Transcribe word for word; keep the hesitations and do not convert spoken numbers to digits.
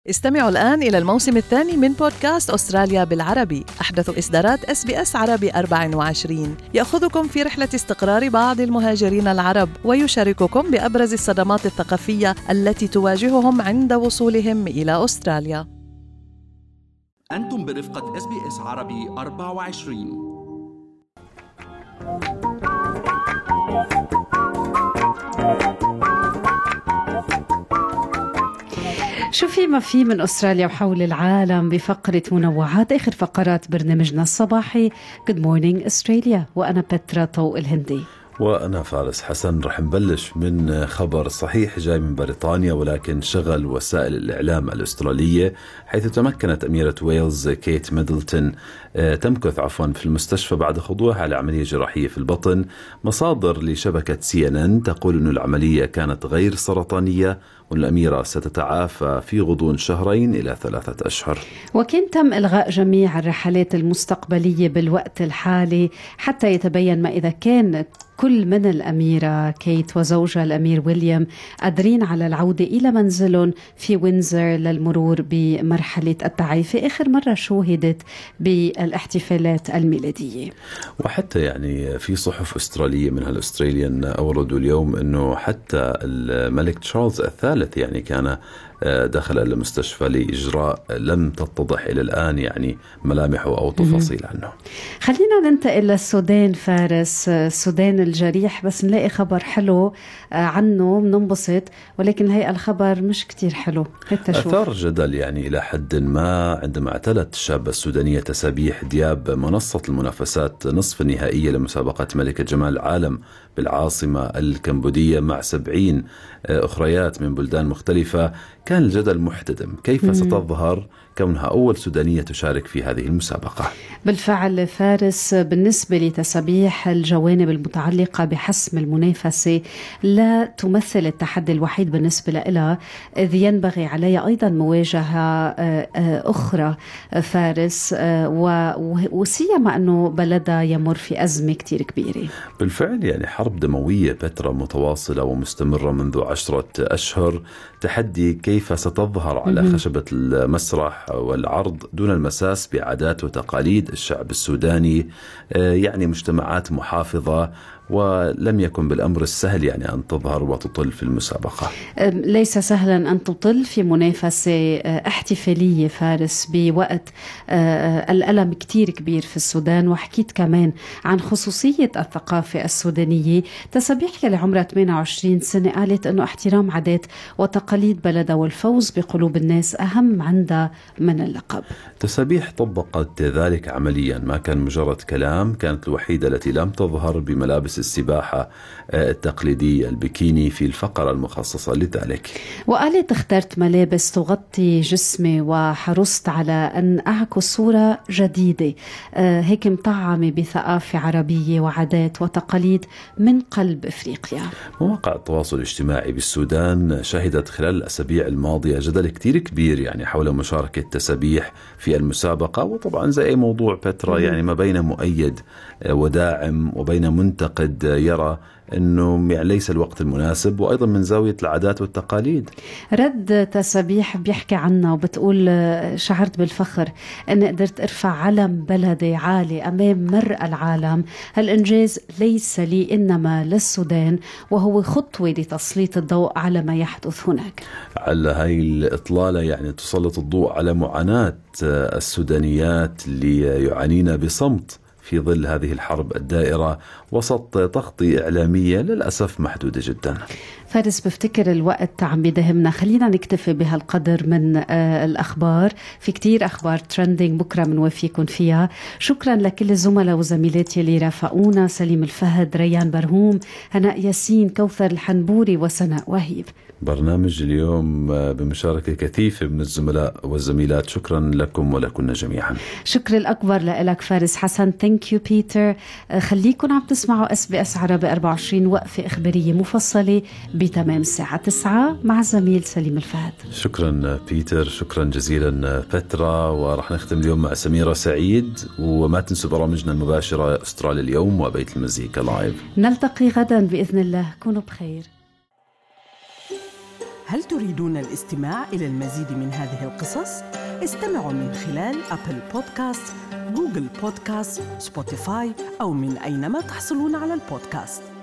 استمعوا الآن إلى الموسم الثاني من بودكاست أستراليا بالعربي، أحدث إصدارات إس بي إس عربي أربعة وعشرين، يأخذكم في رحلة استقرار بعض المهاجرين العرب ويشارككم بأبرز الصدمات الثقافية التي تواجههم عند وصولهم إلى أستراليا. أنتم برفقة إس بي إس عربي أربعة وعشرين. شو في ما في من أستراليا وحول العالم بفقرة منوعات آخر فقرات برنامجنا الصباحي Good Morning Australia، وأنا بترا طوق الهندي وأنا فارس حسن. رح نبلش من خبر صحيح جاي من بريطانيا، ولكن شغل وسائل الإعلام الأسترالية، حيث تمكنت أميرة ويلز كيت ميدلتون تمكث عفوا في المستشفى بعد خضوعها لعملية جراحية في البطن. مصادر لشبكة سي إن إن تقول أن العملية كانت غير سرطانية، والأميرة ستتعافى في غضون شهرين إلى ثلاثة أشهر. وكان تم إلغاء جميع الرحلات المستقبلية بالوقت الحالي حتى يتبين ما إذا كان كل من الأميرة كيت وزوجها الأمير ويليام قادرين على العودة إلى منزلهم في وينزر للمرور بمرحلة التعافي آخر مرة شوهدت بالاحتفالات الميلادية. وحتى يعني في صحف أسترالية منها الأستراليان أوردوا اليوم أنه حتى الملك تشارلز الثالث يعني كان دخل المستشفى لإجراء لم تتضح إلى الآن يعني ملامحه أو تفاصيل عنه. خلينا ننتقل للسودان فارس، السودان الجريح، بس نلاقي خبر حلو عنه بننبسط، ولكن هي الخبر مش كتير حلو. أثار جدل يعني إلى حد ما عندما اعتلت الشابة السودانية تسابيح دياب منصة المنافسات نصف النهائية لمسابقة ملكة جمال العالم بالعاصمة الكمبودية مع سبعين أخريات من بلدان مختلفة. كان الجدل محتدم كيف ستظهر كونها أول سودانية تشارك في هذه المسابقة. بالفعل فارس، بالنسبة لتسابيح الجوانب المتعلقة بحسم المنافسة لا تمثل التحدي الوحيد بالنسبة لها، إذ ينبغي عليها أيضا مواجهة أخرى فارس، وسيما أنه بلدها يمر في أزمة كتير كبيرة. بالفعل يعني حرب دموية بترا متواصلة ومستمرة منذ عشرة أشهر. تحدي كيف ستظهر على خشبة المسرح والعرض دون المساس بعادات وتقاليد الشعب السوداني، يعني مجتمعات محافظة، ولم يكن بالأمر السهل يعني أن تظهر وتطل في المسابقة. ليس سهلا أن تطل في منافسة احتفالية فارس بوقت الألم كتير كبير في السودان. وحكيت كمان عن خصوصية الثقافة السودانية. تسابيح اللي عمرها ثمانية وعشرين سنة قالت أنه احترام عادات وتقاليد بلدها والفوز بقلوب الناس أهم عندها من اللقب. تسابيح طبقت ذلك عمليا، ما كان مجرد كلام. كانت الوحيدة التي لم تظهر بملابس السباحة التقليدية البكيني في الفقرة المخصصة لذلك. وقالت اخترت ملابس تغطي جسمي وحرصت على أن أعكس صورة جديدة هيك مطعمة بثقافة عربية وعادات وتقاليد من قلب إفريقيا. مواقع التواصل الاجتماعي بالسودان شهدت خلال الأسابيع الماضية جدل كتير كبير يعني حول مشاركة تسابيح في المسابقة. وطبعا زي أي موضوع بترا يعني ما بين مؤيد وداعم وبين منتقد يرى أنه يعني ليس الوقت المناسب، وأيضا من زاوية العادات والتقاليد. رد تسابيح بيحكي عنها وبتقول شعرت بالفخر أن قدرت أرفع علم بلدي عالي أمام مرأى العالم. هالإنجاز ليس لي إنما للسودان، وهو خطوة لتسليط الضوء على ما يحدث هناك. على هاي الإطلالة يعني تسلط الضوء على معاناة السودانيات اللي يعانين بصمت في ظل هذه الحرب الدائرة وسط تغطية إعلامية للأسف محدودة جدا. فارس، بفتكر الوقت عم بدهمنا، خلينا نكتفي بهالقدر من آه الأخبار. في كتير أخبار ترندينج بكرة منوفيكم فيها. شكرا لكل الزملاء وزميلاتي اللي رافقونا، سليم الفهد، ريان برهوم، هناء ياسين، كوثر الحنبوري وسناء وهيب. برنامج اليوم بمشاركة كثيفة من الزملاء والزميلات. شكرا لكم ولكن جميعا. شكر الأكبر لك فارس حسن. ثانك يو بيتر. خليكم عم تسمعوا اس بي اس عربي أربعة وعشرين، وقفة إخبارية مفصلة بتمام الساعة تسعة مع زميل سليم الفهد. شكرا بيتر، شكرا جزيلا بترا. ورح نختم اليوم مع سميرة سعيد، وما تنسوا برامجنا المباشرة أستراليا اليوم وبيت المزيكا لايف. نلتقي غدا بإذن الله. كونوا بخير. هل تريدون الاستماع إلى المزيد من هذه القصص؟ استمعوا من خلال أبل بودكاست، جوجل بودكاست، سبوتيفاي أو من أينما تحصلون على البودكاست.